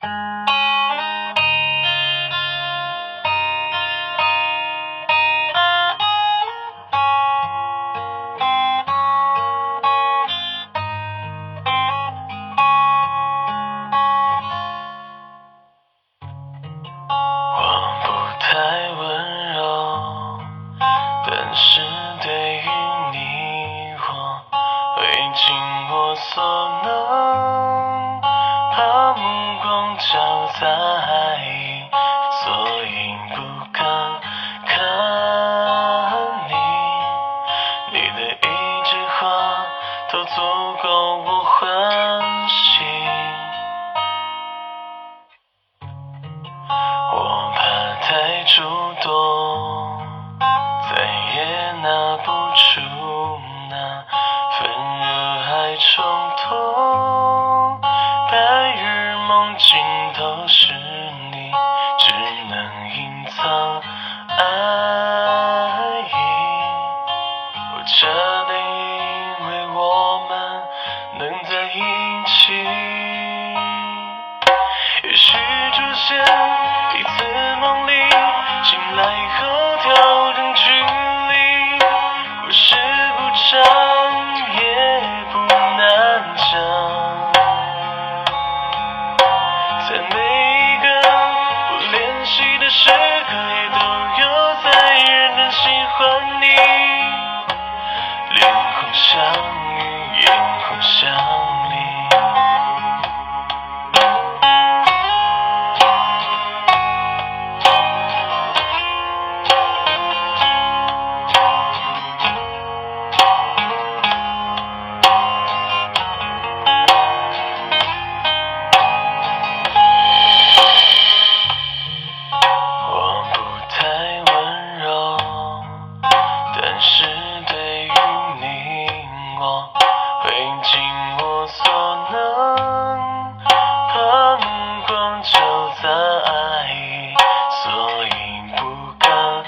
所能，怕目光交在，所以不敢看你。你的一句话都足够我欢喜。我怕太主动，再也拿不出那份热爱冲动，白日梦尽头是你，只能隐藏爱意。我确定，因为我们能在一起。也许出现一次梦里，醒来后调整距离，故事不长也不难讲，在每一个不联系的时刻，也都有在认真喜欢你。脸红相遇，眼红相离。但是对于你，我会尽我所能，怕目光就在爱意，所以不敢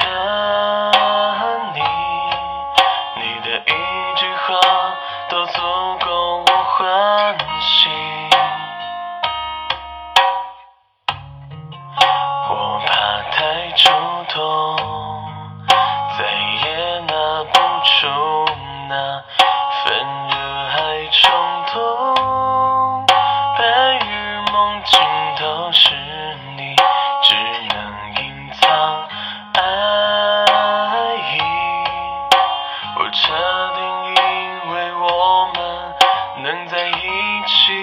看你。你的一句话都足够我欢喜。我怕太主动，再也拿不出那份热爱冲动，白日梦尽头是你，只能隐藏爱意。我确定，因为我们能在一起。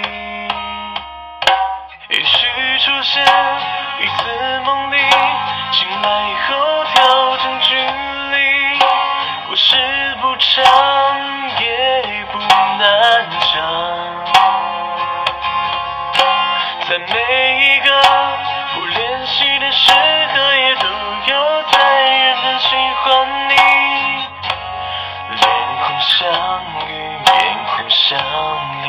也许出现一次梦里，醒来后调整距离，故事不长也不难讲，在每一个不联系的时刻，也都有在认真喜欢你。脸红相遇，眼红相离。